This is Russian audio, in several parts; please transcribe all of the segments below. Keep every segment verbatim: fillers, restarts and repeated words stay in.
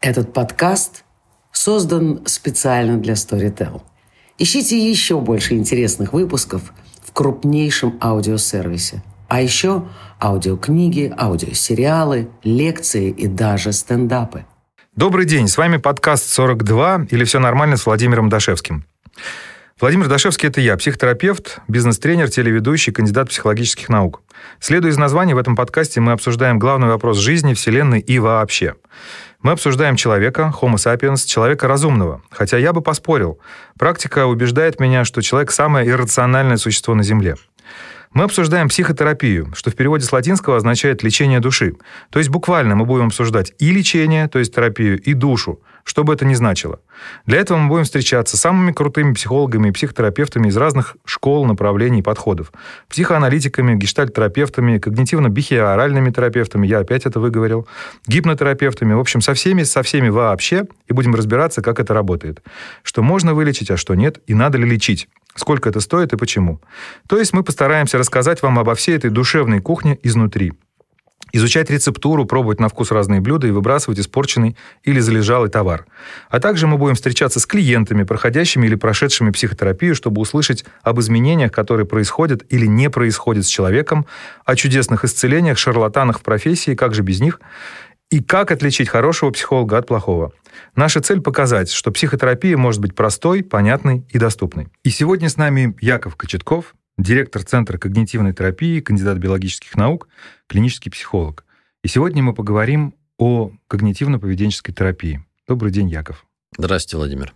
Этот подкаст создан специально для Storytel. Ищите еще больше интересных выпусков в крупнейшем аудиосервисе. А еще аудиокниги, аудиосериалы, лекции и даже стендапы. Добрый день, с вами подкаст сорок два или «Все нормально» с Владимиром Дашевским. Владимир Дашевский – это я, психотерапевт, бизнес-тренер, телеведущий, кандидат психологических наук. Следуя из названия, в этом подкасте мы обсуждаем главный вопрос жизни, Вселенной и вообще. Мы обсуждаем человека, Homo sapiens, человека разумного. Хотя я бы поспорил. Практика убеждает меня, что человек – самое иррациональное существо на Земле. Мы обсуждаем психотерапию, что в переводе с латинского означает «лечение души». То есть буквально мы будем обсуждать и лечение, то есть терапию, и душу, что бы это ни значило. Для этого мы будем встречаться с самыми крутыми психологами и психотерапевтами из разных школ, направлений и подходов. Психоаналитиками, гештальт-терапевтами, когнитивно-бихеоральными терапевтами, я опять это выговорил, гипнотерапевтами, в общем, со всеми, со всеми вообще, и будем разбираться, как это работает. Что можно вылечить, а что нет, и надо ли лечить. Сколько это стоит и почему. То есть мы постараемся рассказать вам обо всей этой душевной кухне изнутри. Изучать рецептуру, пробовать на вкус разные блюда и выбрасывать испорченный или залежалый товар. А также мы будем встречаться с клиентами, проходящими или прошедшими психотерапию, чтобы услышать об изменениях, которые происходят или не происходят с человеком, о чудесных исцелениях, шарлатанах в профессии, как же без них, и как отличить хорошего психолога от плохого. Наша цель – показать, что психотерапия может быть простой, понятной и доступной. И сегодня с нами Яков Кочетков, директор Центра когнитивной терапии, кандидат биологических наук, клинический психолог. И сегодня мы поговорим о когнитивно-поведенческой терапии. Добрый день, Яков. Здравствуйте, Владимир.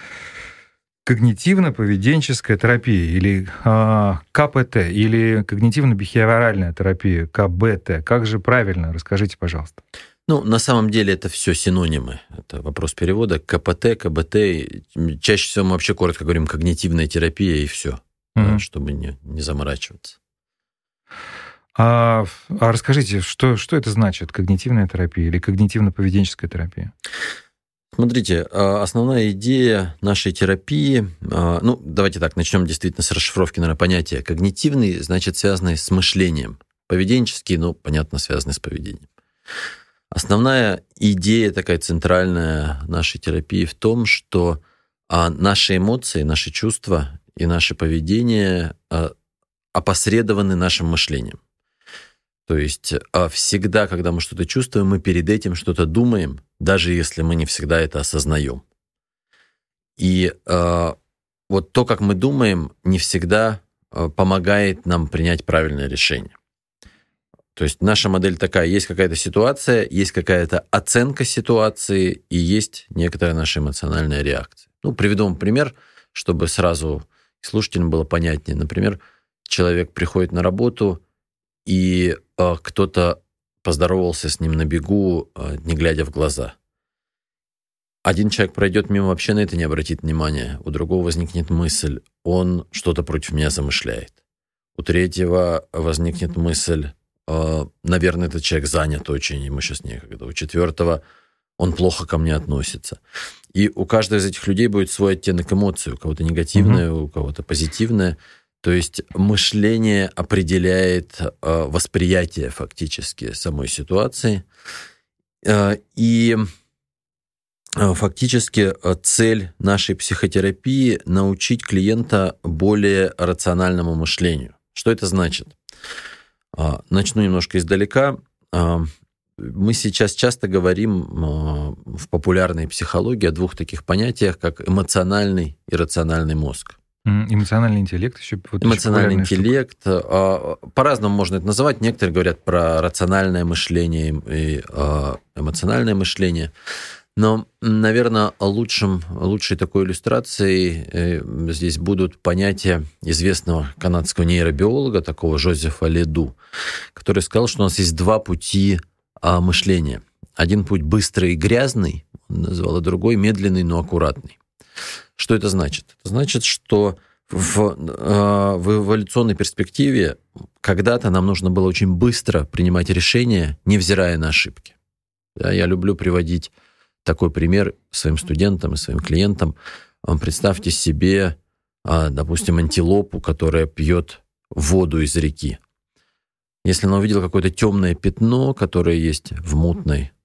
Когнитивно-поведенческая терапия, или э, ка пэ тэ, или когнитивно-бихеоральная терапия, ка бэ тэ. Как же правильно? Расскажите, пожалуйста. Ну, на самом деле это все синонимы. Это вопрос перевода. ка пэ тэ, ка бэ тэ. Чаще всего мы вообще коротко говорим когнитивная терапия, и все, mm-hmm. да, чтобы не, не заморачиваться. А, а расскажите, что, что это значит, когнитивная терапия или когнитивно-поведенческая терапия? Смотрите, основная идея нашей терапии, ну, давайте так, начнем действительно с расшифровки, наверное, понятия. Когнитивный, значит, связанный с мышлением. Поведенческий, ну, понятно, связанный с поведением. Основная идея такая центральная нашей терапии в том, что наши эмоции, наши чувства и наше поведение опосредованы нашим мышлением. То есть всегда, когда мы что-то чувствуем, мы перед этим что-то думаем, даже если мы не всегда это осознаем. И э, вот то, как мы думаем, не всегда э, помогает нам принять правильное решение. То есть наша модель такая: есть какая-то ситуация, есть какая-то оценка ситуации и есть некоторая наша эмоциональная реакция. Ну, приведу вам пример, чтобы сразу слушателям было понятнее. Например, человек приходит на работу, и э, кто-то поздоровался с ним на бегу, э, не глядя в глаза. Один человек пройдет мимо, вообще на это не обратит внимания. У другого возникнет мысль: он что-то против меня замышляет. У третьего возникнет мысль: э, наверное, этот человек занят очень, ему сейчас некогда. У четвертого: он плохо ко мне относится. И у каждого из этих людей будет свой оттенок эмоций. У кого-то негативное, mm-hmm. у кого-то позитивное. То есть мышление определяет э, восприятие фактически самой ситуации. Э, и э, фактически цель нашей психотерапии – научить клиента более рациональному мышлению. Что это значит? Э, начну немножко издалека. Э, мы сейчас часто говорим э, в популярной психологии о двух таких понятиях, как эмоциональный и рациональный мозг. Эмоциональный интеллект еще. Вот Эмоциональный интеллект. Штука. По-разному можно это называть. Некоторые говорят про рациональное мышление и эмоциональное мышление. Но, наверное, лучшим, лучшей такой иллюстрацией здесь будут понятия известного канадского нейробиолога, такого Жозефа Леду, который сказал, что у нас есть два пути мышления. Один путь быстрый и грязный, он назвал, а другой медленный, но аккуратный. Что это значит? Это значит, что в, в эволюционной перспективе когда-то нам нужно было очень быстро принимать решения, невзирая на ошибки. Да, я люблю приводить такой пример своим студентам и своим клиентам. Представьте себе, допустим, антилопу, которая пьет воду из реки. Если она увидела какое-то темное пятно, которое есть в мутной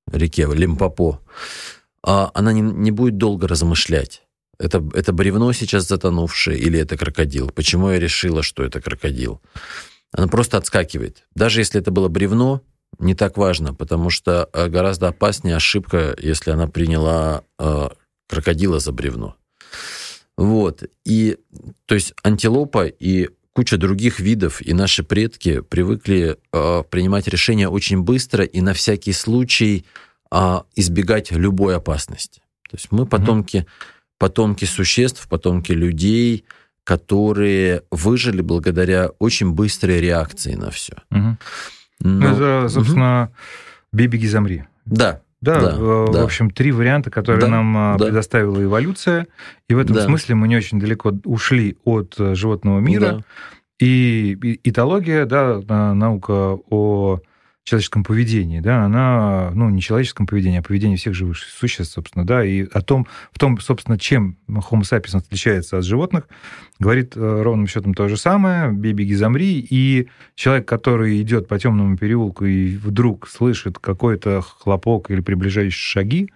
реке Лимпопо, она не, не будет долго размышлять. Это, это бревно сейчас затонувшее или это крокодил? Почему я решила, что это крокодил? Она просто отскакивает. Даже если это было бревно, не так важно, потому что гораздо опаснее ошибка, если она приняла э, крокодила за бревно. Вот. И, то есть антилопа и куча других видов, и наши предки привыкли э, принимать решения очень быстро и на всякий случай э, избегать любой опасности. То есть мы потомки, mm-hmm. потомки существ, потомки людей, которые выжили благодаря очень быстрой реакции на все. Mm-hmm. Но... Это, собственно, mm-hmm. «Бей-беги, замри». Да. Да, да, в да. общем, три варианта, которые да, нам да. предоставила эволюция. И в этом да. смысле мы не очень далеко ушли от животного мира. Да. И этология, да, наука о человеческом поведении, да, она, ну, не человеческом поведении, а поведении всех живых существ, собственно, да, и о том, в том, собственно, чем Homo sapiens отличается от животных, говорит ровным счетом то же самое, «Бей, беги, замри», и человек, который идет по темному переулку и вдруг слышит какой-то хлопок или приближающие шаги,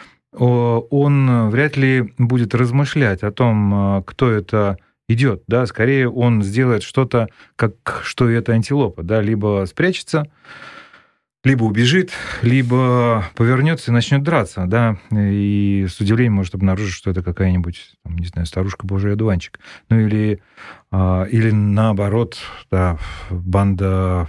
он вряд ли будет размышлять о том, кто это идет, да, скорее он сделает что-то, как что и эта антилопа, да, либо спрячется, либо убежит, либо повернется и начнет драться, да, и с удивлением может обнаружить, что это какая-нибудь, там, не знаю, старушка Божий одуванчик. Ну или, или наоборот, да, банда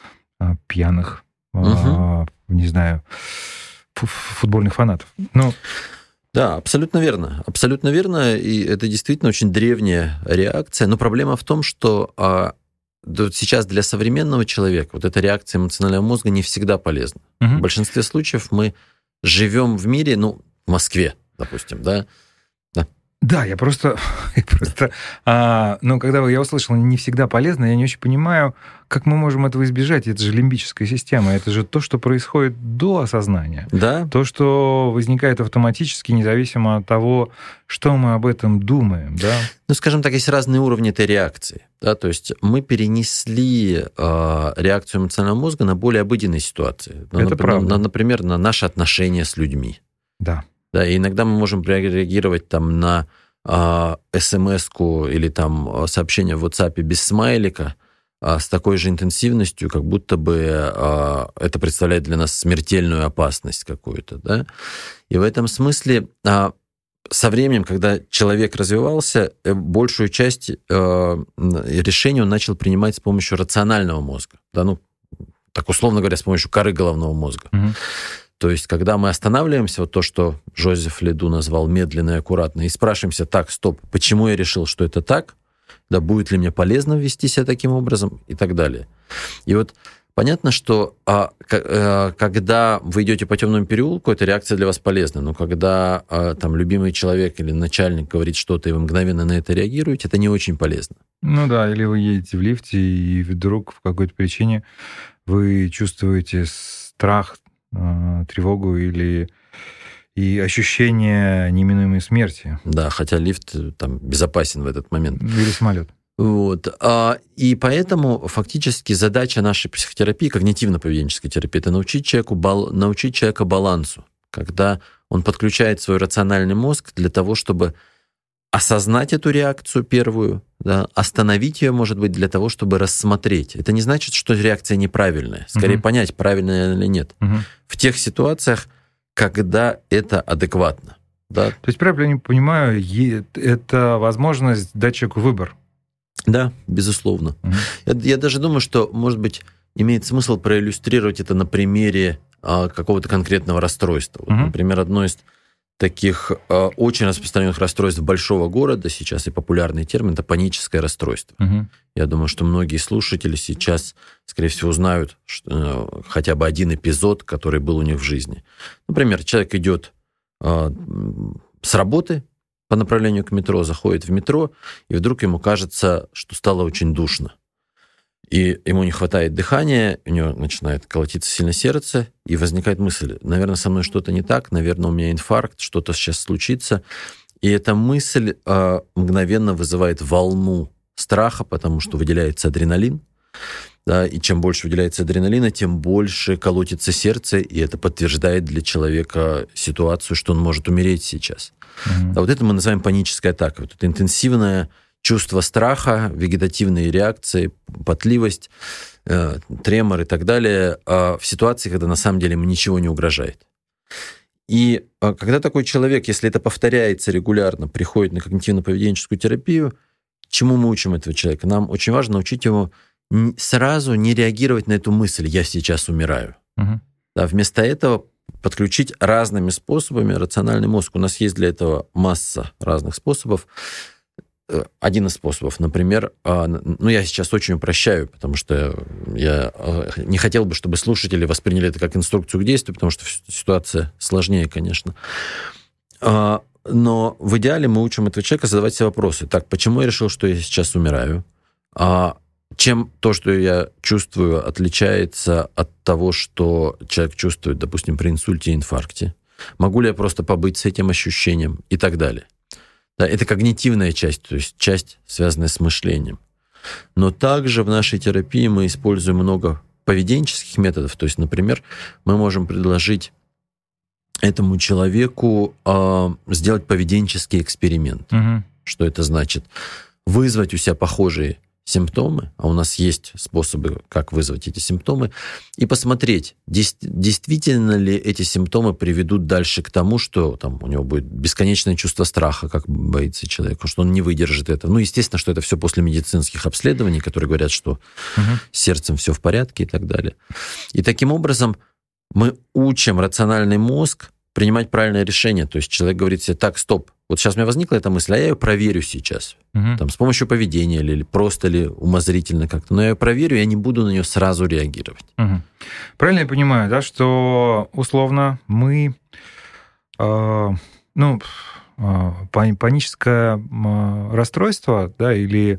пьяных, угу. не знаю, футбольных фанатов. Ну, да, абсолютно верно. Абсолютно верно, и это действительно очень древняя реакция. Но проблема в том, что сейчас для современного человека вот эта реакция эмоционального мозга не всегда полезна. Угу. В большинстве случаев мы живем в мире, ну, в Москве, допустим, да. Да, да я просто... Я просто а, ну, когда я услышал «не всегда полезно», я не очень понимаю, как мы можем этого избежать. Это же лимбическая система, это же то, что происходит до осознания. Да. То, что возникает автоматически, независимо от того, что мы об этом думаем, да. Ну, скажем так, есть разные уровни этой реакции. Да? То есть мы перенесли э, реакцию эмоционального мозга на более обыденные ситуации. Это на, правда. На, например, на наши отношения с людьми. Да. Да, и иногда мы можем реагировать там, на э, эс-эм-эску или там, сообщение в WhatsApp без смайлика э, с такой же интенсивностью, как будто бы э, это представляет для нас смертельную опасность какую-то. Да? И в этом смысле... Э, Со временем, когда человек развивался, большую часть э, решений он начал принимать с помощью рационального мозга. Да, ну, так условно говоря, с помощью коры головного мозга. Mm-hmm. То есть, когда мы останавливаемся, вот то, что Жозеф Леду назвал медленно и аккуратно, и спрашиваемся, так, стоп, почему я решил, что это так? Да, будет ли мне полезно вести себя таким образом? И так далее. И вот понятно, что а, а, когда вы идете по темному переулку, эта реакция для вас полезна. Но когда а, там любимый человек или начальник говорит что-то, и вы мгновенно на это реагируете, это не очень полезно. Ну да, или вы едете в лифте, и вдруг по какой-то причине вы чувствуете страх, тревогу или и ощущение неминуемой смерти. Да, хотя лифт там безопасен в этот момент. Или самолет. Вот. И поэтому фактически задача нашей психотерапии, когнитивно-поведенческой терапии, это научить, человеку, научить человека балансу, когда он подключает свой рациональный мозг для того, чтобы осознать эту реакцию первую, да, остановить ее, может быть, для того, чтобы рассмотреть. Это не значит, что реакция неправильная. Скорее угу. понять, правильная или нет. Угу. В тех ситуациях, когда это адекватно. Да. То есть, правильно я понимаю, это возможность дать человеку выбор. Да, безусловно. Угу. Я, я даже думаю, что, может быть, имеет смысл проиллюстрировать это на примере а, какого-то конкретного расстройства. Вот, угу. Например, одно из таких а, очень распространенных расстройств большого города сейчас, и популярный термин, это паническое расстройство. Угу. Я думаю, что многие слушатели сейчас, скорее всего, знают что, хотя бы один эпизод, который был у них в жизни. Например, человек идет а, с работы по направлению к метро, заходит в метро, и вдруг ему кажется, что стало очень душно. И ему не хватает дыхания, у него начинает колотиться сильно сердце, и возникает мысль, наверное, со мной что-то не так, наверное, у меня инфаркт, что-то сейчас случится. И эта мысль э, мгновенно вызывает волну страха, потому что выделяется адреналин. да, и чем больше выделяется адреналина, тем больше колотится сердце, и это подтверждает для человека ситуацию, что он может умереть сейчас. Mm-hmm. А вот это мы называем панической атакой. Вот это интенсивное чувство страха, вегетативные реакции, потливость, э, тремор и так далее э, в ситуации, когда на самом деле ему ничего не угрожает. И э, когда такой человек, если это повторяется регулярно, приходит на когнитивно-поведенческую терапию, чему мы учим этого человека? Нам очень важно научить его сразу не реагировать на эту мысль «я сейчас умираю». Угу. Да, вместо этого подключить разными способами рациональный мозг. У нас есть для этого масса разных способов. Один из способов, например, ну, я сейчас очень упрощаю, потому что я не хотел бы, чтобы слушатели восприняли это как инструкцию к действию, потому что ситуация сложнее, конечно. Но в идеале мы учим этого человека задавать себе вопросы. Так, почему я решил, что я сейчас умираю? Чем то, что я чувствую, отличается от того, что человек чувствует, допустим, при инсульте и инфаркте? Могу ли я просто побыть с этим ощущением? И так далее. Да, это когнитивная часть, то есть часть, связанная с мышлением. Но также в нашей терапии мы используем много поведенческих методов. То есть, например, мы можем предложить этому человеку э, сделать поведенческий эксперимент. Угу. Что это значит? Вызвать у себя похожие симптомы, а у нас есть способы, как вызвать эти симптомы, и посмотреть, действительно ли эти симптомы приведут дальше к тому, что там у него будет бесконечное чувство страха, как боится человек, что он не выдержит этого. Ну, естественно, что это все после медицинских обследований, которые говорят, что угу. с сердцем все в порядке и так далее. И таким образом мы учим рациональный мозг принимать правильное решение. То есть человек говорит себе: так, стоп, вот сейчас у меня возникла эта мысль, а я ее проверю сейчас. Угу. Там, с помощью поведения или, или просто ли умозрительно как-то. Но я ее проверю, я не буду на нее сразу реагировать. Угу. Правильно я понимаю, да, что условно мы, э, ну, э, паническое э, расстройство, да, или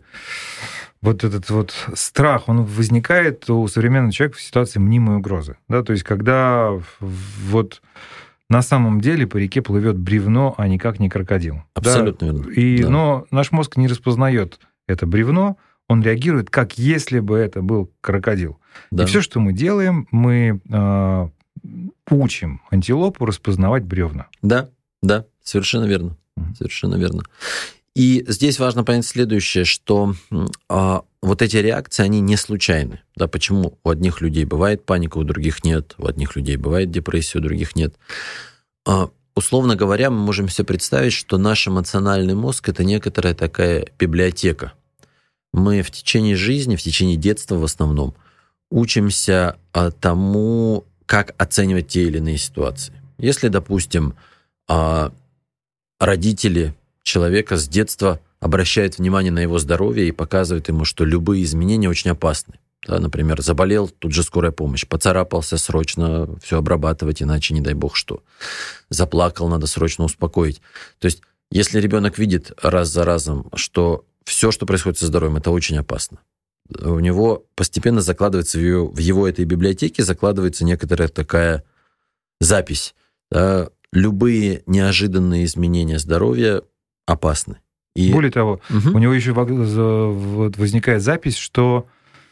вот этот вот страх, он возникает у современного человека в ситуации мнимой угрозы. Да? То есть когда вот на самом деле по реке плывет бревно, а никак не крокодил. Абсолютно да? верно. И, да. Но наш мозг не распознает это бревно, он реагирует, как если бы это был крокодил. Да. И все, что мы делаем, мы э, учим антилопу распознавать бревна. Да, да, совершенно верно. Mm-hmm. Совершенно верно. И здесь важно понять следующее, что а, вот эти реакции, они не случайны. Да, почему у одних людей бывает паника, у других нет, у одних людей бывает депрессия, у других нет. А, условно говоря, мы можем себе представить, что наш эмоциональный мозг — это некоторая такая библиотека. Мы в течение жизни, в течение детства в основном учимся а, тому, как оценивать те или иные ситуации. Если, допустим, а, родители человека с детства обращают внимание на его здоровье и показывают ему, что любые изменения очень опасны. Да, например, заболел, тут же скорая помощь. Поцарапался, срочно все обрабатывать, иначе не дай бог что. Заплакал, надо срочно успокоить. То есть, если ребенок видит раз за разом, что все, что происходит со здоровьем, это очень опасно, у него постепенно закладывается в его, в его этой библиотеке закладывается некоторая такая запись. Да, любые неожиданные изменения здоровья опасны. И... Более того, угу. у него еще возникает запись, что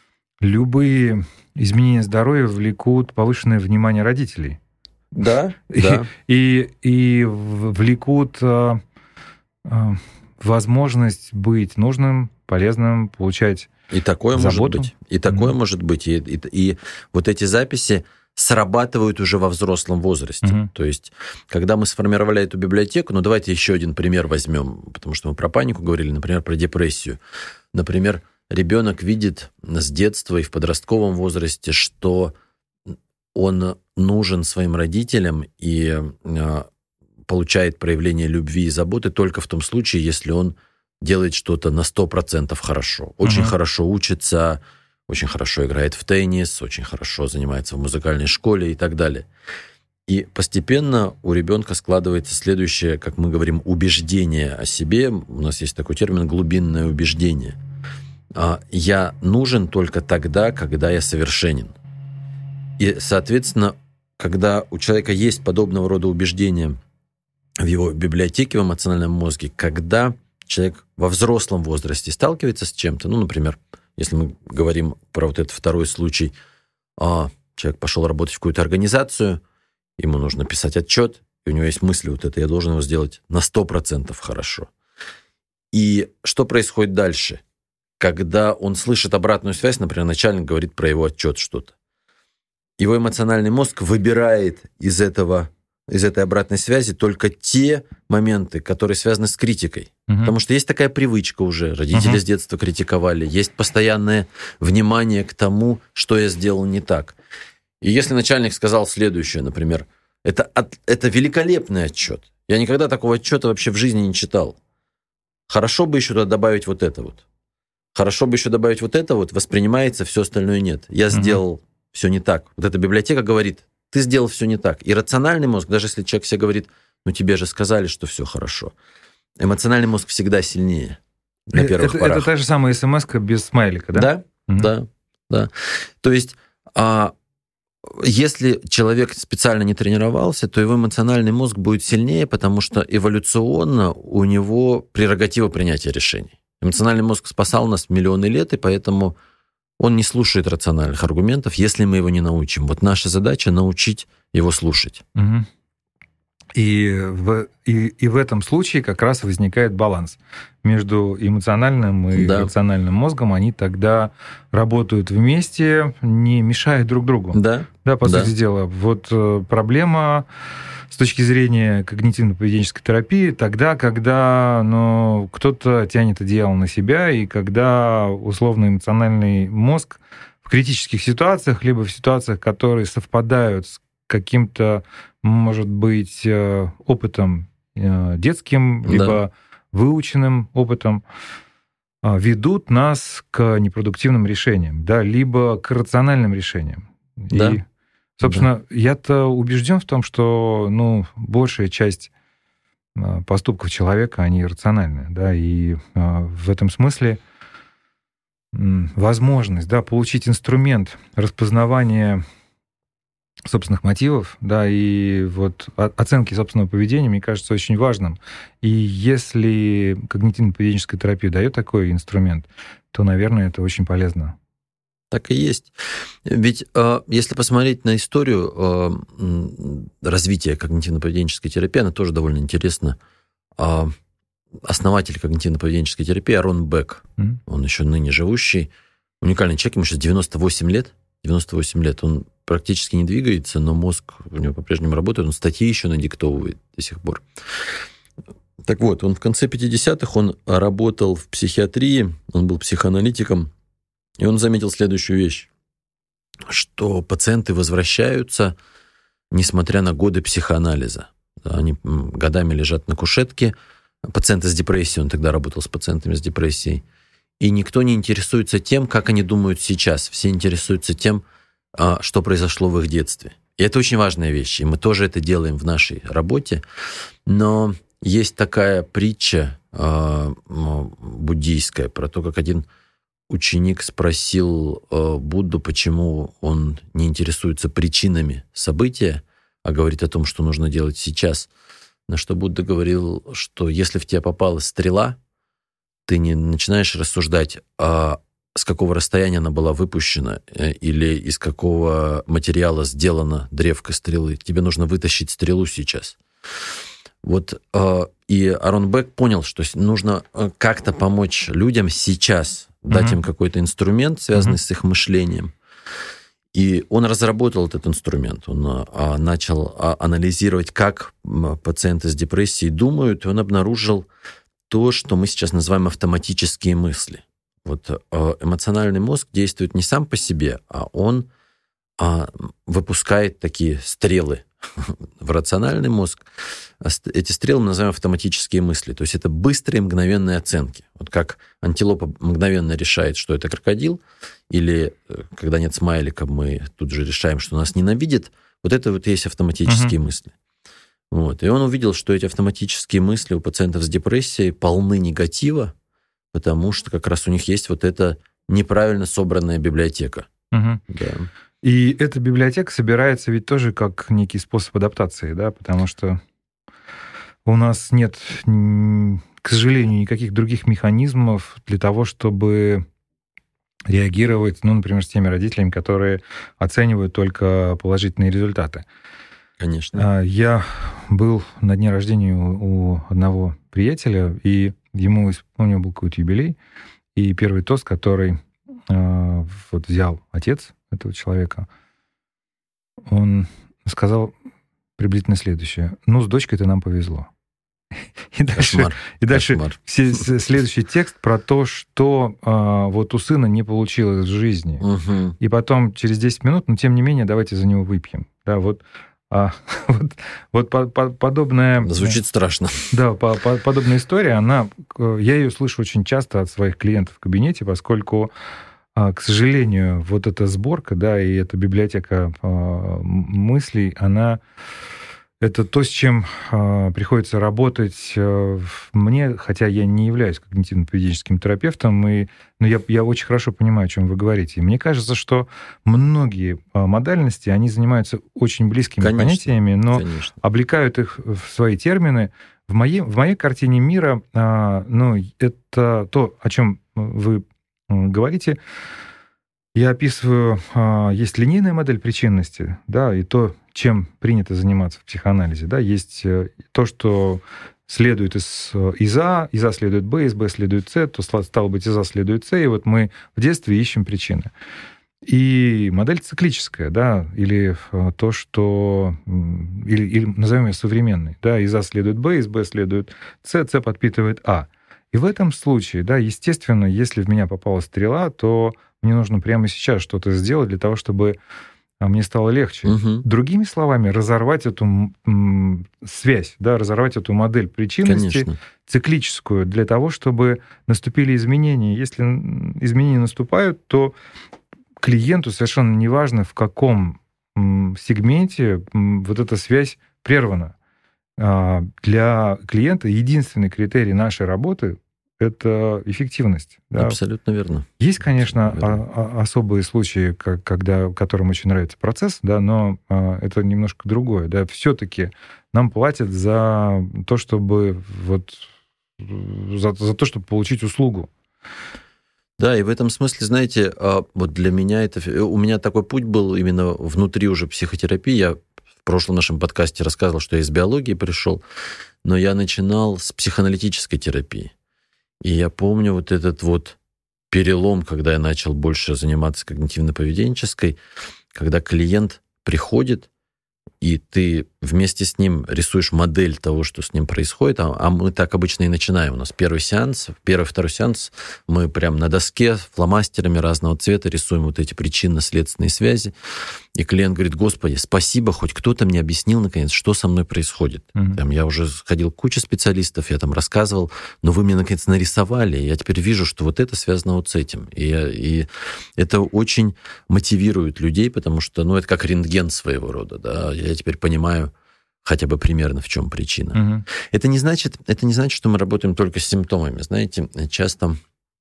любые изменения здоровья влекут повышенное внимание родителей. Да, и, да. И, и влекут а, а, возможность быть нужным, полезным, получать и такое заботу. Может быть. И такое mm-hmm. может быть. И, и, и вот эти записи срабатывают уже во взрослом возрасте. Mm-hmm. То есть, когда мы сформировали эту библиотеку, ну, давайте еще один пример возьмем, потому что мы про панику говорили, например, про депрессию. Например, ребенок видит с детства и в подростковом возрасте, что он нужен своим родителям и э, получает проявление любви и заботы только в том случае, если он делает что-то на сто процентов хорошо. Очень uh-huh. хорошо учится, очень хорошо играет в теннис, очень хорошо занимается в музыкальной школе и так далее. И постепенно у ребенка складывается следующее, как мы говорим, убеждение о себе. У нас есть такой термин «глубинное убеждение». Я нужен только тогда, когда я совершенен. И, соответственно, когда у человека есть подобного рода убеждения в его библиотеке, в эмоциональном мозге, когда человек во взрослом возрасте сталкивается с чем-то, ну, например, если мы говорим про вот этот второй случай, человек пошел работать в какую-то организацию, ему нужно писать отчет, и у него есть мысль вот это, я должен его сделать на сто процентов хорошо. И что происходит дальше? Когда он слышит обратную связь, например, начальник говорит про его отчет что-то, его эмоциональный мозг выбирает из этого, из этой обратной связи только те моменты, которые связаны с критикой. Угу. Потому что есть такая привычка уже, родители угу. с детства критиковали, есть постоянное внимание к тому, что я сделал не так. И если начальник сказал следующее, например, это, это великолепный отчет, я никогда такого отчета вообще в жизни не читал, хорошо бы еще туда добавить вот это вот. Хорошо бы еще добавить вот это вот, воспринимается, все остальное нет. Я угу. сделал все не так. Вот эта библиотека говорит, ты сделал все не так. И рациональный мозг, даже если человек себе говорит, ну тебе же сказали, что все хорошо, эмоциональный мозг всегда сильнее на первых это, порах. Это та же самая смс-ка без смайлика, да? Да, угу. да, да. То есть, а, если человек специально не тренировался, то его эмоциональный мозг будет сильнее, потому что эволюционно у него прерогатива принятия решений. Эмоциональный мозг спасал нас миллионы лет, и поэтому он не слушает рациональных аргументов, если мы его не научим. Вот наша задача — научить его слушать. Угу. И, в, и, и в этом случае как раз возникает баланс между эмоциональным и да. рациональным мозгом. Они тогда работают вместе, не мешая друг другу. Да, да по да. сути дела. Вот проблема с точки зрения когнитивно-поведенческой терапии тогда, когда ну, кто-то тянет одеяло на себя, и когда условно-эмоциональный мозг в критических ситуациях, либо в ситуациях, которые совпадают с каким-то, может быть, опытом детским, либо да. выученным опытом, ведут нас к непродуктивным решениям, да, либо к рациональным решениям. Да. И, собственно, да. я-то убежден в том, что ну, большая часть поступков человека, они рациональные, да, и в этом смысле возможность, да, получить инструмент распознавания собственных мотивов, да, и вот оценки собственного поведения, мне кажется, очень важным. И если когнитивно-поведенческая терапия дает такой инструмент, то, наверное, это очень полезно. Так и есть. Ведь если посмотреть на историю развития когнитивно-поведенческой терапии, она тоже довольно интересна. Основатель когнитивно-поведенческой терапии Арон Бек, mm-hmm. он еще ныне живущий, уникальный человек, ему сейчас девяносто восемь лет, девяносто восемь лет, он практически не двигается, но мозг у него по-прежнему работает, он статьи еще надиктовывает до сих пор. Так вот, он в конце пятидесятых, он работал в психиатрии, он был психоаналитиком, и он заметил следующую вещь, что пациенты возвращаются, несмотря на годы психоанализа. Они годами лежат на кушетке, пациенты с депрессией, он тогда работал с пациентами с депрессией, и никто не интересуется тем, как они думают сейчас. Все интересуются тем, что произошло в их детстве. И это очень важная вещь, и мы тоже это делаем в нашей работе. Но есть такая притча буддийская про то, как один ученик спросил Будду, почему он не интересуется причинами события, а говорит о том, что нужно делать сейчас. На что Будда говорил, что если в тебя попала стрела, ты не начинаешь рассуждать, а с какого расстояния она была выпущена или из какого материала сделана древко стрелы. Тебе нужно вытащить стрелу сейчас. Вот и Арон Бек понял, что нужно как-то помочь людям сейчас, mm-hmm. дать им какой-то инструмент, связанный mm-hmm. с их мышлением. И он разработал этот инструмент. Он начал анализировать, как пациенты с депрессией думают, и он обнаружил то, что мы сейчас называем автоматические мысли. Вот эмоциональный мозг действует не сам по себе, а он выпускает такие стрелы в рациональный мозг. Эти стрелы мы называем автоматические мысли. То есть это быстрые мгновенные оценки. Вот как антилопа мгновенно решает, что это крокодил, или когда нет смайлика, мы тут же решаем, что нас ненавидит. Вот это вот есть автоматические uh-huh. мысли. Вот. И он увидел, что эти автоматические мысли у пациентов с депрессией полны негатива, потому что как раз у них есть вот эта неправильно собранная библиотека. Uh-huh. Да. И эта библиотека собирается ведь тоже как некий способ адаптации, да, потому что у нас нет, к сожалению, никаких других механизмов для того, чтобы реагировать, ну, например, с теми родителями, которые оценивают только положительные результаты. Конечно. Я был на дне рождения у одного приятеля, и ему, у него был какой-то юбилей, и первый тост, который вот взял отец этого человека, он сказал приблизительно следующее: ну, с дочкой-то нам повезло. И дальше, Кошмар. И дальше Кошмар. Все, следующий текст про то, что а, вот у сына не получилось в жизни. Угу. И потом через десять минут, но тем не менее, давайте за него выпьем. Да, вот, а, вот, вот по, по, подобная... Звучит страшно. Да, по, по, подобная история, она, я ее слышу очень часто от своих клиентов в кабинете, поскольку, к сожалению, вот эта сборка, да, и эта библиотека мыслей, она... Это то, с чем э, приходится работать э, мне, хотя я не являюсь когнитивно-поведенческим терапевтом, и, но я, я очень хорошо понимаю, о чем вы говорите. И мне кажется, что многие э, модальности, они занимаются очень близкими Конечно. понятиями, но Конечно. облекают их в свои термины. В моей, в моей картине мира, э, ну, это то, о чем вы говорите. Я описываю, есть линейная модель причинности, да, и то, чем принято заниматься в психоанализе, да, есть то, что следует из, из А, из А следует Б, из Б следует С, то, стало быть, из А следует С, и вот мы в детстве ищем причины. И модель циклическая, да, или то, что... Или, или назовем ее современной, да, из А следует Б, из Б следует С, С подпитывает А. И в этом случае, да, естественно, если в меня попала стрела, то мне нужно прямо сейчас что-то сделать для того, чтобы мне стало легче. Угу. Другими словами, разорвать эту м, связь, да, разорвать эту модель причинности, конечно, циклическую, для того, чтобы наступили изменения. Если изменения наступают, то клиенту совершенно неважно, в каком м, сегменте м, вот эта связь прервана. А для клиента единственный критерий нашей работы — это эффективность. Да. Абсолютно верно. Есть, конечно, верно. А- особые случаи, как, когда, которым очень нравится процесс, да, но а, это немножко другое. Да. Все-таки нам платят за то, чтобы вот, за, за то, чтобы получить услугу. Да, и в этом смысле, знаете, вот для меня это... У меня такой путь был именно внутри уже психотерапии. Я в прошлом нашем подкасте рассказывал, что я из биологии пришел, но я начинал с психоаналитической терапии. И я помню вот этот вот перелом, когда я начал больше заниматься когнитивно-поведенческой, когда клиент приходит, и ты вместе с ним рисуешь модель того, что с ним происходит, а, а мы так обычно и начинаем. У нас первый сеанс, первый, второй сеанс, мы прям на доске фломастерами разного цвета рисуем вот эти причинно-следственные связи, и клиент говорит: Господи, спасибо, хоть кто-то мне объяснил, наконец, что со мной происходит. Mm-hmm. Там, я уже ходил к куче специалистов, я там рассказывал, но вы мне, наконец, нарисовали, и я теперь вижу, что вот это связано вот с этим. И, я, и это очень мотивирует людей, потому что, ну, это как рентген своего рода, да, я теперь понимаю хотя бы примерно, в чем причина. Mm-hmm. Это не значит, это не значит, что мы работаем только с симптомами. Знаете, часто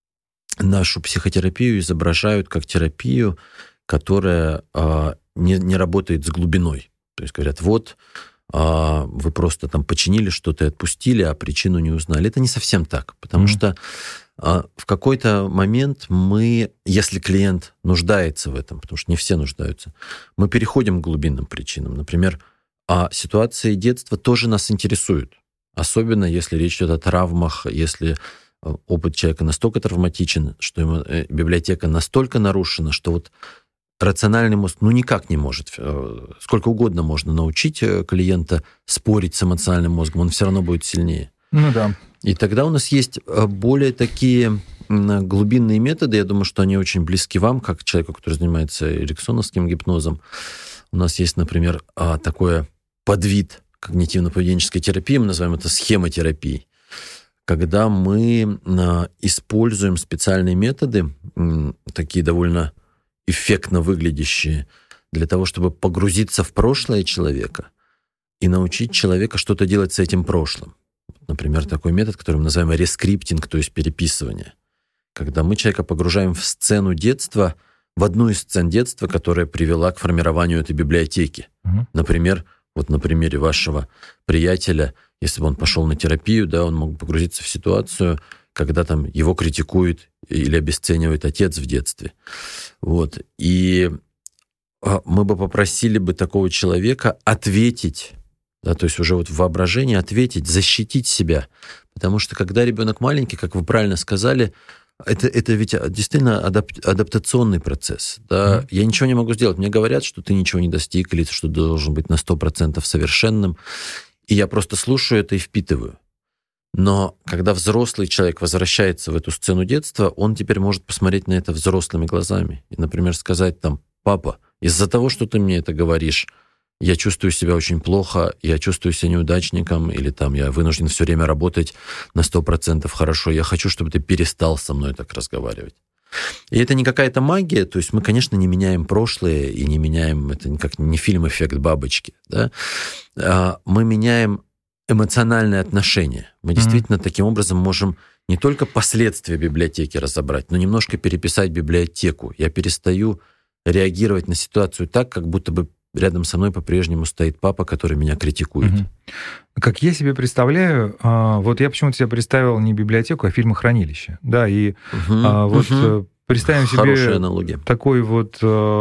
нашу психотерапию изображают как терапию, которая а, не, не работает с глубиной. То есть говорят: вот, а, вы просто там починили что-то и отпустили, а причину не узнали. Это не совсем так, потому mm-hmm. что а, в какой-то момент мы, если клиент нуждается в этом, потому что не все нуждаются, мы переходим к глубинным причинам. Например, а ситуации детства тоже нас интересуют. Особенно если речь идет о травмах, если опыт человека настолько травматичен, что ему библиотека настолько нарушена, что вот рациональный мозг ну никак не может. Сколько угодно можно научить клиента спорить с эмоциональным мозгом, он все равно будет сильнее. Ну да. И тогда у нас есть более такие глубинные методы, я думаю, что они очень близки вам, как человеку, который занимается эриксоновским гипнозом. У нас есть, например, такое подвид когнитивно-поведенческой терапии, мы называем это схемотерапией, когда мы используем специальные методы, такие довольно эффектно выглядящие, для того, чтобы погрузиться в прошлое человека и научить человека что-то делать с этим прошлым. Например, такой метод, который мы называем рескриптинг, то есть переписывание. Когда мы человека погружаем в сцену детства, в одну из сцен детства, которая привела к формированию этой библиотеки. Uh-huh. Например, вот на примере вашего приятеля, если бы он пошел на терапию, да, он мог погрузиться в ситуацию, когда там его критикует или обесценивает отец в детстве. Вот. И мы бы попросили бы такого человека ответить, да, то есть уже вот в воображении ответить, защитить себя. Потому что когда ребенок маленький, как вы правильно сказали, это, это ведь действительно адап- адаптационный процесс. Да? Mm-hmm. Я ничего не могу сделать. Мне говорят, что ты ничего не достиг, или что ты должен быть на сто процентов совершенным. И я просто слушаю это и впитываю. Но когда взрослый человек возвращается в эту сцену детства, он теперь может посмотреть на это взрослыми глазами. И, например, сказать там: папа, из-за того, что ты мне это говоришь, я чувствую себя очень плохо, я чувствую себя неудачником, или там я вынужден все время работать на сто процентов хорошо, я хочу, чтобы ты перестал со мной так разговаривать. И это не какая-то магия, то есть мы, конечно, не меняем прошлое и не меняем, это как не фильм «Эффект бабочки», да? Мы меняем эмоциональные отношения. Мы mm-hmm. действительно таким образом можем не только последствия библиотеки разобрать, но немножко переписать библиотеку. Я перестаю реагировать на ситуацию так, как будто бы рядом со мной по-прежнему стоит папа, который меня критикует. Угу. Как я себе представляю, вот я почему-то себе представил не библиотеку, а фильмохранилище. Да, и угу. вот угу. представим себе такой вот...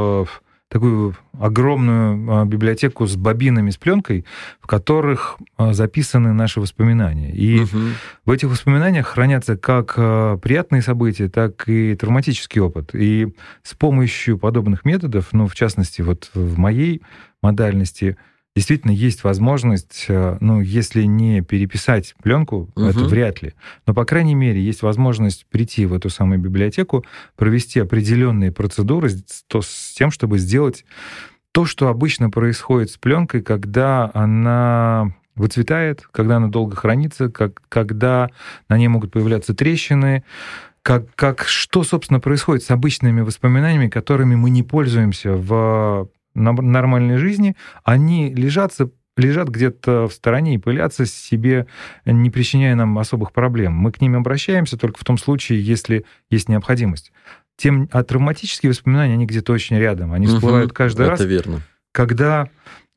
такую огромную библиотеку с бобинами, с пленкой, в которых записаны наши воспоминания. И угу. в этих воспоминаниях хранятся как приятные события, так и травматический опыт. И с помощью подобных методов, ну, в частности, вот в моей модальности, действительно есть возможность, ну, если не переписать пленку, угу. это вряд ли, но, по крайней мере, есть возможность прийти в эту самую библиотеку, провести определенные процедуры то, с тем, чтобы сделать то, что обычно происходит с пленкой, когда она выцветает, когда она долго хранится, как, когда на ней могут появляться трещины, как, как, что, собственно, происходит с обычными воспоминаниями, которыми мы не пользуемся в нормальной жизни, они лежат, лежат где-то в стороне и пылятся себе, не причиняя нам особых проблем. Мы к ним обращаемся только в том случае, если есть необходимость. Тем, а травматические воспоминания, они где-то очень рядом. Они всплывают угу, каждый это раз, верно. Когда,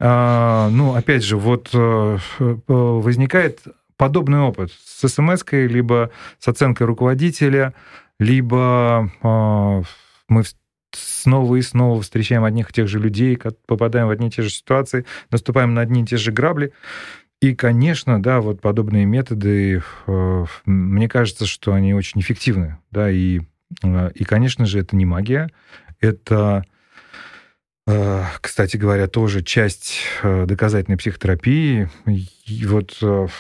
ну, опять же, вот возникает подобный опыт с смс-кой, либо с оценкой руководителя, либо мы снова и снова встречаем одних и тех же людей, попадаем в одни и те же ситуации, наступаем на одни и те же грабли. И, конечно, да, вот подобные методы, мне кажется, что они очень эффективны. Да, и, и, конечно же, это не магия. Это, кстати говоря, тоже часть доказательной психотерапии. И вот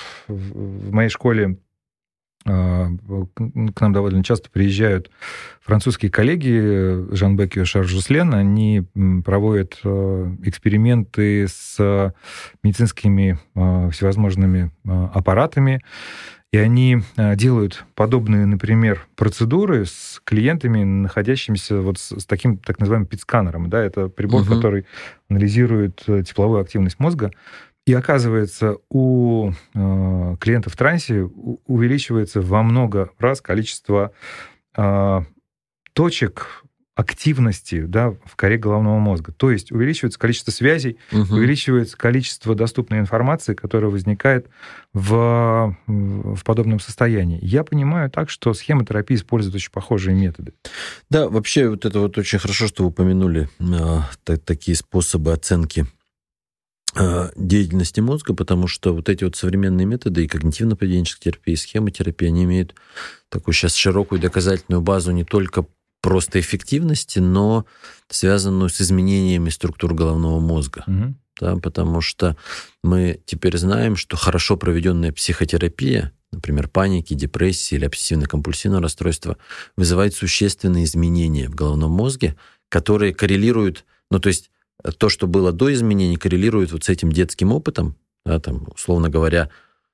в моей школе к нам довольно часто приезжают французские коллеги Жан Бек и Шарль Жуслен. Они проводят эксперименты с медицинскими всевозможными аппаратами, и они делают подобные, например, процедуры с клиентами, находящимися вот с таким так называемым пэт-сканером. Да, это прибор, угу. который анализирует тепловую активность мозга. И оказывается, у э, клиентов в трансе увеличивается во много раз количество э, точек активности, да, в коре головного мозга. То есть увеличивается количество связей, угу. увеличивается количество доступной информации, которая возникает в, в подобном состоянии. Я понимаю так, что схемотерапия использует очень похожие методы. Да, вообще вот это вот очень хорошо, что вы упомянули э, такие способы оценки деятельности мозга, потому что вот эти вот современные методы и когнитивно-поведенческая терапия, и схемотерапия, они имеют такую сейчас широкую доказательную базу не только просто эффективности, но связанную с изменениями структур головного мозга. Угу. Да, потому что мы теперь знаем, что хорошо проведенная психотерапия, например, паники, депрессии или обсессивно-компульсивного расстройства, вызывает существенные изменения в головном мозге, которые коррелируют, ну то есть то, что было до изменений, коррелирует вот с этим детским опытом, да, там, условно говоря,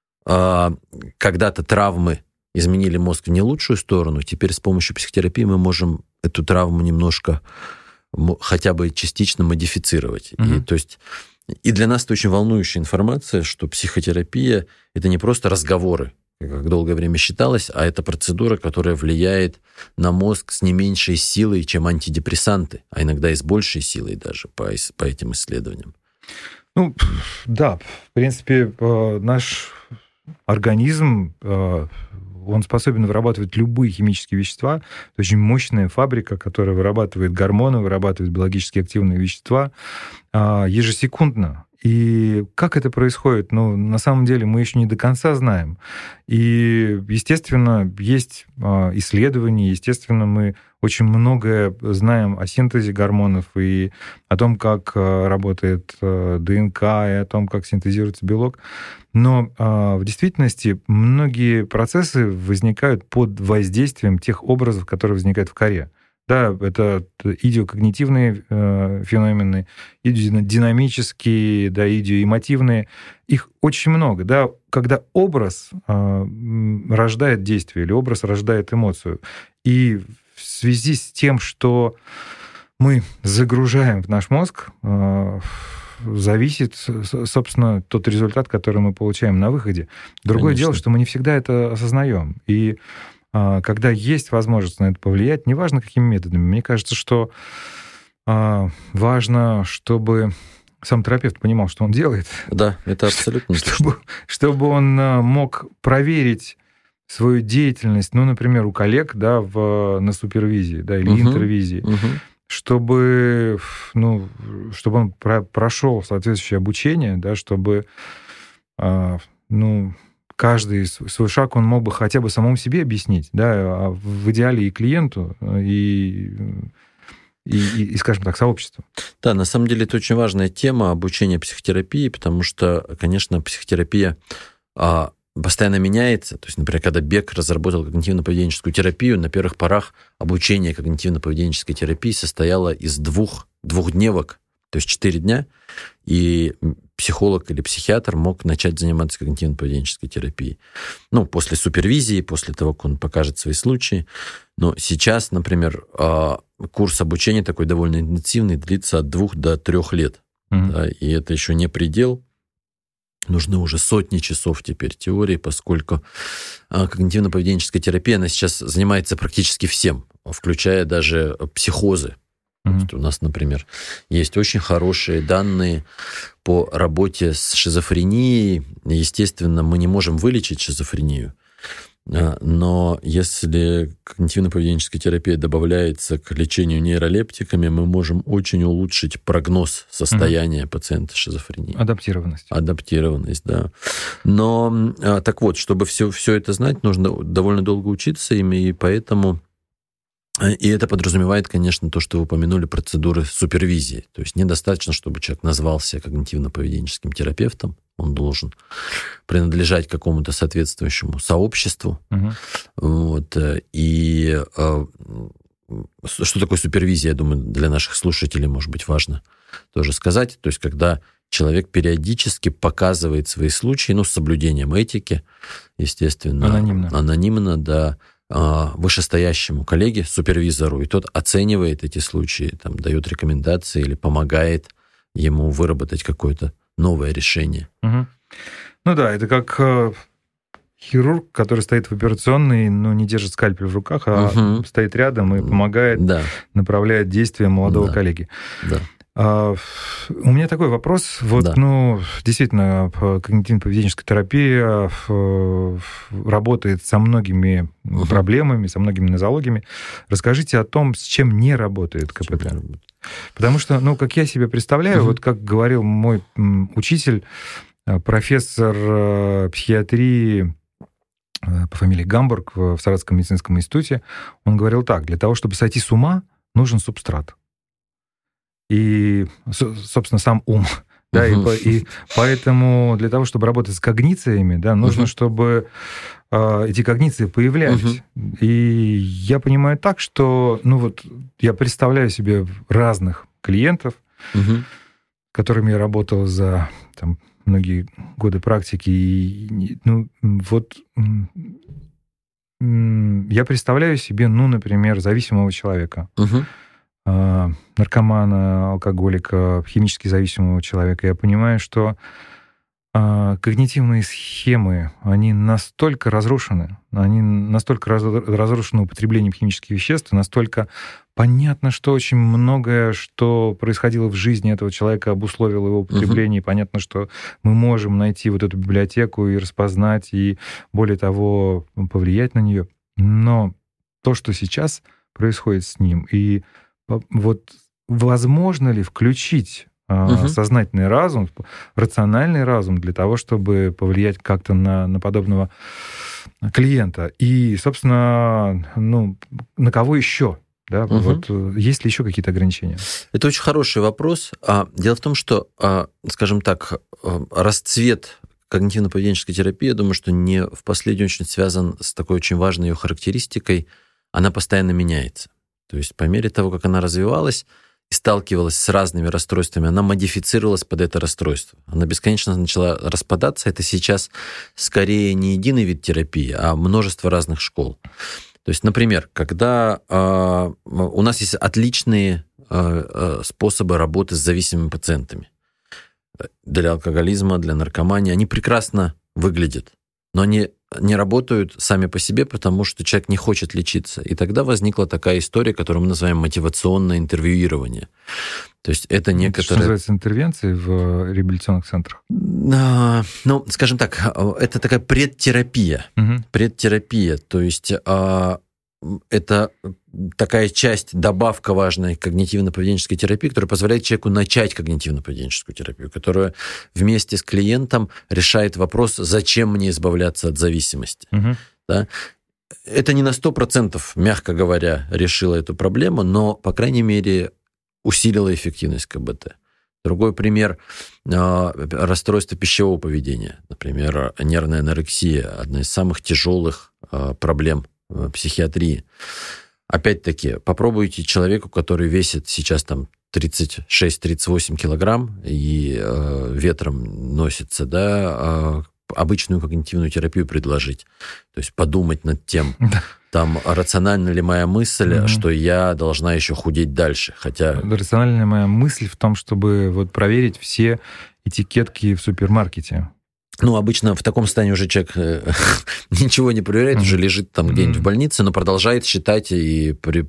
когда-то травмы изменили мозг в не лучшую сторону, теперь с помощью психотерапии мы можем эту травму немножко, хотя бы частично модифицировать. Mm-hmm. И, то есть, и для нас это очень волнующая информация, что психотерапия — это не просто разговоры, как долгое время считалось, а это процедура, которая влияет на мозг с не меньшей силой, чем антидепрессанты, а иногда и с большей силой даже по, по этим исследованиям. Ну, да, в принципе, наш организм он способен вырабатывать любые химические вещества. Это очень мощная фабрика, которая вырабатывает гормоны, вырабатывает биологически активные вещества ежесекундно. И как это происходит, ну, на самом деле мы еще не до конца знаем. И, естественно, есть исследования, естественно, мы очень многое знаем о синтезе гормонов и о том, как работает ДНК, и о том, как синтезируется белок. Но в действительности многие процессы возникают под воздействием тех образов, которые возникают в коре. Да, это идиокогнитивные э, феномены, идиодинамические, да, идиоэмотивные. Их очень много. Да, когда образ э, рождает действие или образ рождает эмоцию. И в связи с тем, что мы загружаем в наш мозг, э, зависит, собственно, тот результат, который мы получаем на выходе. Другое Конечно. Дело, что мы не всегда это осознаем. И когда есть возможность на это повлиять, неважно, какими методами, мне кажется, что важно, чтобы сам терапевт понимал, что он делает. Да, это абсолютно чтобы, чтобы он мог проверить свою деятельность, ну, например, у коллег, да, в, на супервизии, да, или uh-huh, интервизии, uh-huh. чтобы, ну, чтобы он про, прошел соответствующее обучение, да, чтобы, ну, каждый свой шаг он мог бы хотя бы самому себе объяснить, да, а в идеале и клиенту, и, и, и, скажем так, сообществу. Да, на самом деле это очень важная тема обучения психотерапии, потому что, конечно, психотерапия а, постоянно меняется. То есть, например, когда Бек разработал когнитивно-поведенческую терапию, на первых порах обучение когнитивно-поведенческой терапии состояло из двух двухдневок, то есть четыре дня, и психолог или психиатр мог начать заниматься когнитивно-поведенческой терапией. Ну, после супервизии, после того, как он покажет свои случаи. Но сейчас, например, курс обучения такой довольно интенсивный, длится от двух до трех лет. Mm-hmm. Да, и это еще не предел. Нужны уже сотни часов теперь теории, поскольку когнитивно-поведенческая терапия, она сейчас занимается практически всем, включая даже психозы. Mm-hmm. У нас, например, есть очень хорошие данные по работе с шизофренией. Естественно, мы не можем вылечить шизофрению, но если когнитивно-поведенческая терапия добавляется к лечению нейролептиками, мы можем очень улучшить прогноз состояния mm-hmm. пациента с шизофренией. Адаптированность. Адаптированность, да. Но, так вот, чтобы все, все это знать, нужно довольно долго учиться ими, и поэтому... И это подразумевает, конечно, то, что вы упомянули, процедуры супервизии. То есть недостаточно, чтобы человек назвался когнитивно-поведенческим терапевтом. Он должен принадлежать какому-то соответствующему сообществу. Угу. Вот. И что такое супервизия, я думаю, для наших слушателей, может быть, важно тоже сказать. То есть когда человек периодически показывает свои случаи, ну, с соблюдением этики, естественно. Анонимно. Анонимно, да. Вышестоящему коллеге, супервизору, и тот оценивает эти случаи, там, дает рекомендации или помогает ему выработать какое-то новое решение. Угу. Ну да, это как э, хирург, который стоит в операционной, но не держит скальпель в руках, а угу. стоит рядом и помогает, да. направляет действия молодого да. коллеги. Да. Uh, у меня такой вопрос. Вот, да. ну, действительно, когнитивно-поведенческая терапия uh, работает со многими uh-huh. проблемами, со многими нозологиями. Расскажите о том, с чем не работает КПТ. Работает? Потому что, ну, как я себе представляю, uh-huh. вот как говорил мой м, учитель, профессор uh, психиатрии uh, по фамилии Гамбург в Саратовском медицинском институте, он говорил так: для того, чтобы сойти с ума, нужен субстрат. И, собственно, сам ум. Да, uh-huh. и, и поэтому для того, чтобы работать с когнициями, да, нужно, uh-huh. чтобы э, эти когниции появлялись. Uh-huh. И я понимаю так, что, ну вот, я представляю себе разных клиентов, uh-huh. с которыми я работал за там, многие годы практики. И, ну, вот я представляю себе, ну, например, зависимого человека. Uh-huh. наркомана, алкоголика, химически зависимого человека. Я понимаю, что когнитивные схемы, они настолько разрушены, они настолько раз, разрушены употреблением химических веществ, настолько понятно, что очень многое, что происходило в жизни этого человека, обусловило его употребление. Uh-huh. И понятно, что мы можем найти вот эту библиотеку и распознать, и, более того, повлиять на нее. Но то, что сейчас происходит с ним, и вот возможно ли включить Uh-huh. сознательный разум, рациональный разум для того, чтобы повлиять как-то на, на подобного клиента. И, собственно, ну, на кого еще? Да? Uh-huh. Вот, есть ли еще какие-то ограничения? Это очень хороший вопрос. Дело в том, что, скажем так, расцвет когнитивно-поведенческой терапии, я думаю, что не в последнюю очередь связан с такой очень важной ее характеристикой. Она постоянно меняется. То есть по мере того, как она развивалась, и сталкивалась с разными расстройствами, она модифицировалась под это расстройство. Она бесконечно начала распадаться. Это сейчас скорее не единый вид терапии, а множество разных школ. То есть, например, когда э, у нас есть отличные э, способы работы с зависимыми пациентами. Для алкоголизма, для наркомании. Они прекрасно выглядят, но они не работают сами по себе, потому что человек не хочет лечиться. И тогда возникла такая история, которую мы называем мотивационное интервьюирование. То есть это некоторые... Что называется интервенцией в реабилитационных центрах? А, ну, скажем так, это такая предтерапия. Угу. Предтерапия. То есть а, это такая часть, добавка важной когнитивно-поведенческой терапии, которая позволяет человеку начать когнитивно-поведенческую терапию, которая вместе с клиентом решает вопрос, зачем мне избавляться от зависимости. Угу. Да? Это не на сто процентов, мягко говоря, решило эту проблему, но, по крайней мере, усилило эффективность КБТ. Другой пример – расстройство пищевого поведения. Например, нервная анорексия – одна из самых тяжелых проблем психиатрии. Опять-таки, попробуйте человеку, который весит сейчас там тридцать шесть - тридцать восемь килограмм и э, ветром носится, да, э, обычную когнитивную терапию предложить. То есть подумать над тем, там, рациональна ли моя мысль, mm-hmm. что я должна еще худеть дальше. Хотя... Рациональная моя мысль в том, чтобы вот проверить все этикетки в супермаркете. Ну, обычно в таком состоянии уже человек ничего не проверяет, mm-hmm. уже лежит там где-нибудь mm-hmm. в больнице, но продолжает считать и при,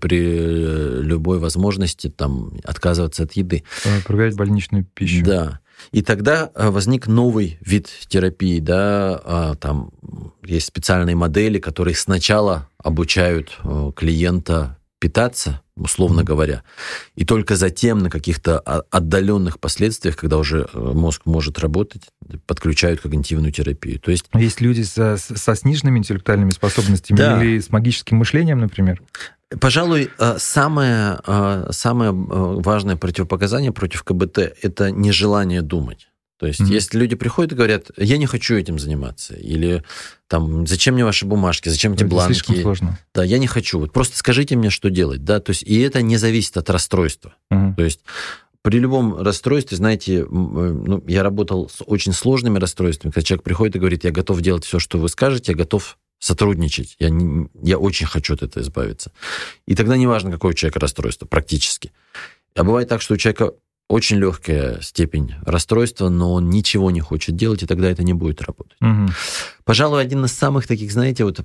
при любой возможности там отказываться от еды. Проверять больничную пищу. Да. И тогда возник новый вид терапии, да, там есть специальные модели, которые сначала обучают клиента питаться, условно mm-hmm. говоря, и только затем на каких-то отдаленных последствиях, когда уже мозг может работать, подключают когнитивную терапию. То есть... Есть люди со, со сниженными интеллектуальными способностями да. или с магическим мышлением, например? Пожалуй, самое, самое важное противопоказание против КБТ – это нежелание думать. То есть, mm-hmm. если люди приходят и говорят, я не хочу этим заниматься, или там, зачем мне ваши бумажки, зачем эти это бланки? Слишком сложно. Да, я не хочу. Вот просто скажите мне, что делать. Да? То есть, и это не зависит от расстройства. Mm-hmm. То есть, при любом расстройстве, знаете, ну, я работал с очень сложными расстройствами, когда человек приходит и говорит, я готов делать все, что вы скажете, я готов сотрудничать, я, не, я очень хочу от этого избавиться. И тогда неважно, какое у человека расстройство, практически. А бывает так, что у человека очень легкая степень расстройства, но он ничего не хочет делать, и тогда это не будет работать. Угу. Пожалуй, один из самых таких, знаете, вот,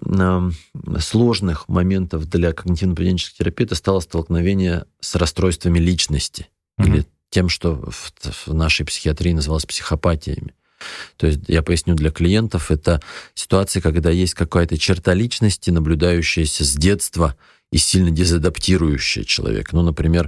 сложных моментов для когнитивно-поведенческой терапии это стало столкновение с расстройствами личности, угу. или тем, что в, в нашей психиатрии называлось психопатиями. То есть, я поясню для клиентов, это ситуация, когда есть какая-то черта личности, наблюдающаяся с детства и сильно дезадаптирующая человека. Ну, например,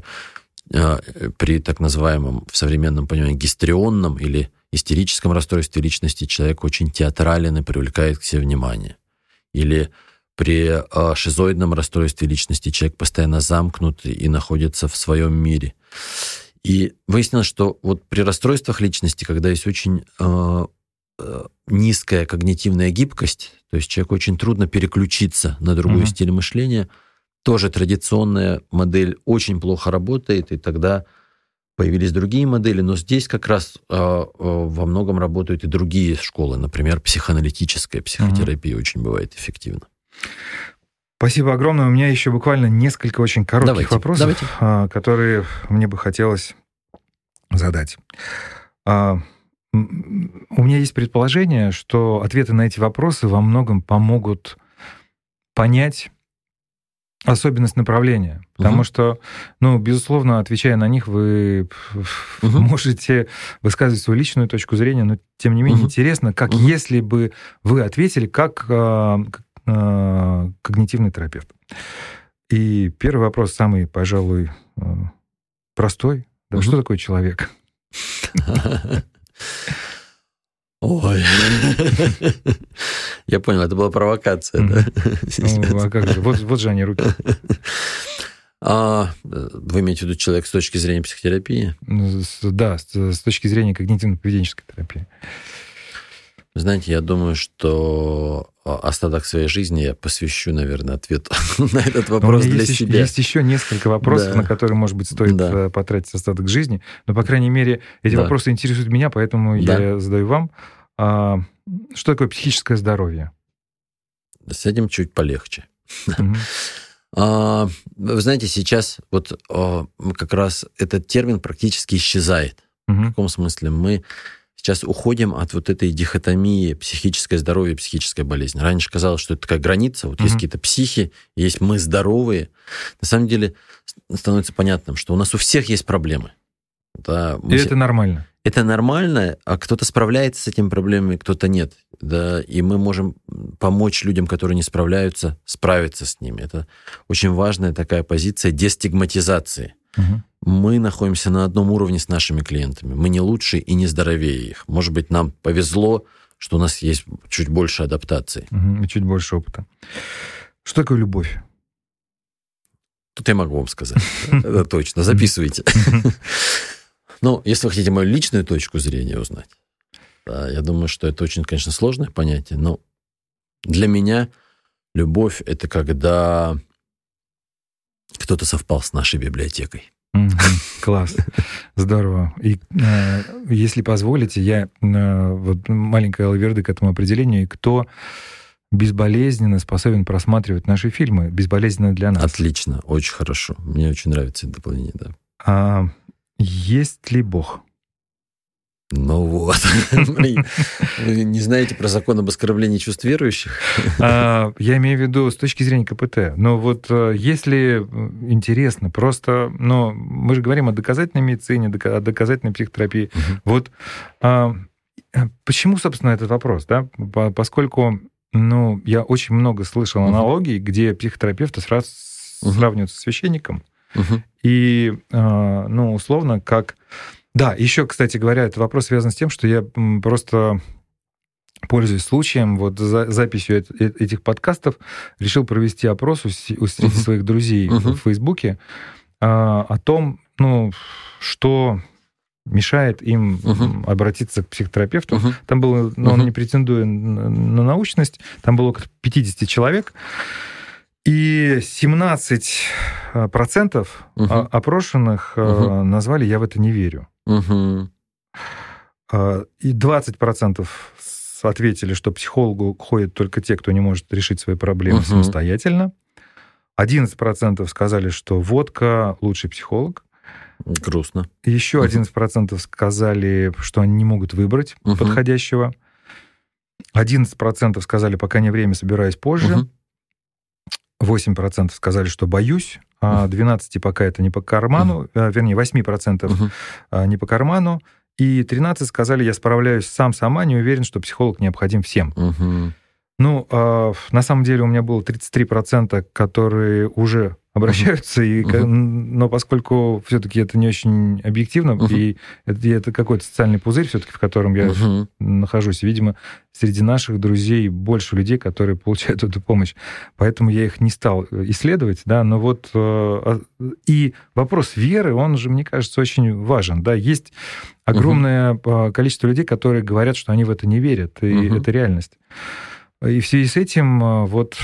при так называемом в современном понимании гистрионном или истерическом расстройстве личности человек очень театрален и привлекает к себе внимание. Или при шизоидном расстройстве личности человек постоянно замкнут и находится в своем мире. И выяснилось, что вот при расстройствах личности, когда есть очень э, э, низкая когнитивная гибкость, то есть человеку очень трудно переключиться на другой mm-hmm. стиль мышления, тоже традиционная модель очень плохо работает, и тогда появились другие модели, но здесь как раз э, э, во многом работают и другие школы, например, психоаналитическая психотерапия mm-hmm. очень бывает эффективна. Спасибо огромное. У меня еще буквально несколько очень коротких давайте, вопросов, давайте. которые мне бы хотелось задать. у меня есть предположение, что ответы на эти вопросы во многом помогут понять особенность направления. Потому uh-huh. что, ну, безусловно, отвечая на них, вы uh-huh. можете высказывать свою личную точку зрения, но, тем не менее, uh-huh. интересно, как uh-huh. если бы вы ответили как э, э, когнитивный терапевт. И первый вопрос, самый, пожалуй, э, простой. Да, uh-huh. Что такое человек? Ой. Я понял, это была провокация, mm-hmm. да? Ну, а как же? Вот, вот же они, руки. А, вы имеете в виду человек с точки зрения психотерапии? Да, с, с точки зрения когнитивно-поведенческой терапии. Знаете, я думаю, что остаток своей жизни я посвящу, наверное, ответу на этот вопрос для есть себя. Есть еще несколько вопросов, да. на которые, может быть, стоит да. потратить остаток жизни. Но, по крайней мере, эти да. вопросы интересуют меня, поэтому да. я задаю вам. А, что такое психическое здоровье? С этим чуть полегче. Mm-hmm. а, вы знаете, сейчас вот а, как раз этот термин практически исчезает. Mm-hmm. В каком смысле? Мы сейчас уходим от вот этой дихотомии психическое здоровье и психическая болезнь. Раньше казалось, что это такая граница. Вот mm-hmm. есть какие-то психи, есть мы здоровые. На самом деле становится понятным, что у нас у всех есть проблемы. Да, и все... это нормально. Это нормально, а кто-то справляется с этими проблемами, кто-то нет. Да, и мы можем помочь людям, которые не справляются, справиться с ними. Это очень важная такая позиция дестигматизации. Угу. Мы находимся на одном уровне с нашими клиентами. Мы не лучше и не здоровее их. Может быть, нам повезло, что у нас есть чуть больше адаптации. Угу, и чуть больше опыта. Что такое любовь? Тут я могу вам сказать. Это точно. Записывайте. Ну, если вы хотите мою личную точку зрения узнать, да, я думаю, что это очень, конечно, сложное понятие, но для меня любовь — это когда кто-то совпал с нашей библиотекой. Mm-hmm. Класс. Здорово. И э, если позволите, я э, вот маленькая лаверды к этому определению, и кто безболезненно способен просматривать наши фильмы, безболезненно для нас. Отлично, очень хорошо. Мне очень нравится это дополнение, да. А есть ли Бог? Ну вот. Вы не знаете про закон об оскорблении чувств верующих? Я имею в виду с точки зрения ка пэ тэ. Но вот если интересно, просто, ну, мы же говорим о доказательной медицине, о доказательной психотерапии. Вот почему, собственно, этот вопрос, да? Поскольку, ну, я очень много слышал аналогий, где психотерапевты сразу сравнивают со священником. Uh-huh. И, ну, условно, как... Да, еще, кстати говоря, этот вопрос связан с тем, что я просто, пользуясь случаем, вот за записью этих подкастов, решил провести опрос у среди uh-huh. своих друзей uh-huh. в Фейсбуке о том, ну, что мешает им uh-huh. обратиться к психотерапевту. Uh-huh. Там было, ну, uh-huh. он не претендуя на научность, там было около пятьдесят человек, и семнадцать процентов uh-huh. опрошенных uh-huh. назвали «я в это не верю». Uh-huh. И двадцать процентов ответили, что к психологу ходят только те, кто не может решить свои проблемы uh-huh. самостоятельно. одиннадцать процентов сказали, что водка — лучший психолог. Грустно. Еще одиннадцать процентов uh-huh. сказали, что они не могут выбрать uh-huh. подходящего. одиннадцать процентов сказали, пока не время, собираюсь позже. Uh-huh. восемь процентов сказали, что боюсь, а двенадцать процентов пока это не по карману, uh-huh. вернее, восемь процентов uh-huh. не по карману, и тринадцать процентов сказали, я справляюсь сам-сама, не уверен, что психолог необходим всем. Uh-huh. Ну, на самом деле у меня было тридцать три процента, которые уже обращаются, uh-huh. и, uh-huh. но поскольку все-таки это не очень объективно, uh-huh. и это, это какой-то социальный пузырь все-таки, в котором я uh-huh. нахожусь, видимо, среди наших друзей больше людей, которые получают эту помощь. Поэтому я их не стал исследовать, да, но вот и вопрос веры, он же, мне кажется, очень важен, да, есть огромное uh-huh. количество людей, которые говорят, что они в это не верят, и uh-huh. это реальность. И в связи с этим вот...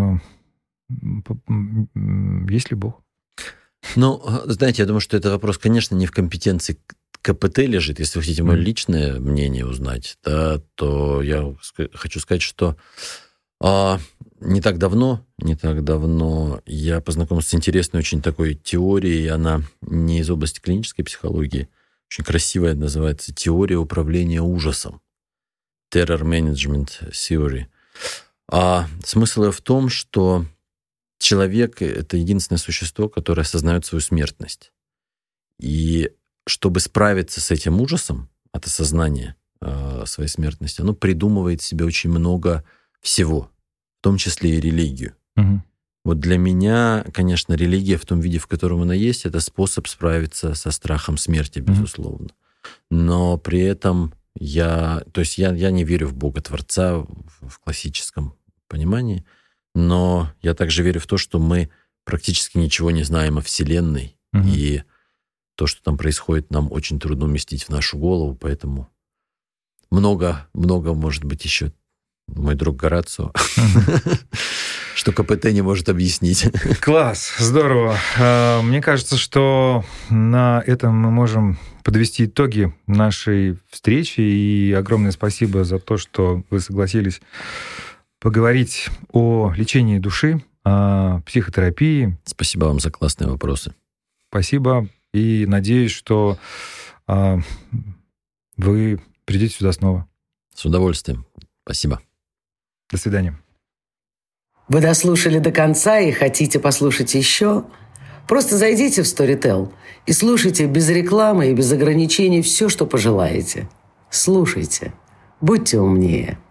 Есть ли Бог? Ну, знаете, я думаю, что этот вопрос, конечно, не в компетенции ка пэ тэ лежит. Если вы хотите мое личное мнение узнать, да, то я хочу сказать, что а, не так давно, не так давно я познакомился с интересной очень такой теорией. Она не из области клинической психологии, очень красивая, называется «Теория управления ужасом». Terror Management Theory. А смысл ее в том, что человек — это единственное существо, которое осознает свою смертность. И чтобы справиться с этим ужасом от осознания э, своей смертности, оно придумывает себе очень много всего, в том числе и религию. Угу. Вот для меня, конечно, религия в том виде, в котором она есть, это способ справиться со страхом смерти, безусловно. Но при этом я, то есть я, я не верю в Бога-творца в классическом понимании, но я также верю в то, что мы практически ничего не знаем о Вселенной, угу. и то, что там происходит, нам очень трудно уместить в нашу голову, поэтому много, много, может быть, еще мой друг Горацио, что КПТ не может объяснить. Класс, здорово. Мне кажется, что на этом мы можем подвести итоги нашей встречи, и огромное спасибо за то, что вы согласились поговорить о лечении души, о психотерапии. Спасибо вам за классные вопросы. Спасибо, и надеюсь, что а, вы придете сюда снова. С удовольствием. Спасибо. До свидания. Вы дослушали до конца и хотите послушать еще? Просто зайдите в Storytel и слушайте без рекламы и без ограничений все, что пожелаете. Слушайте. Будьте умнее.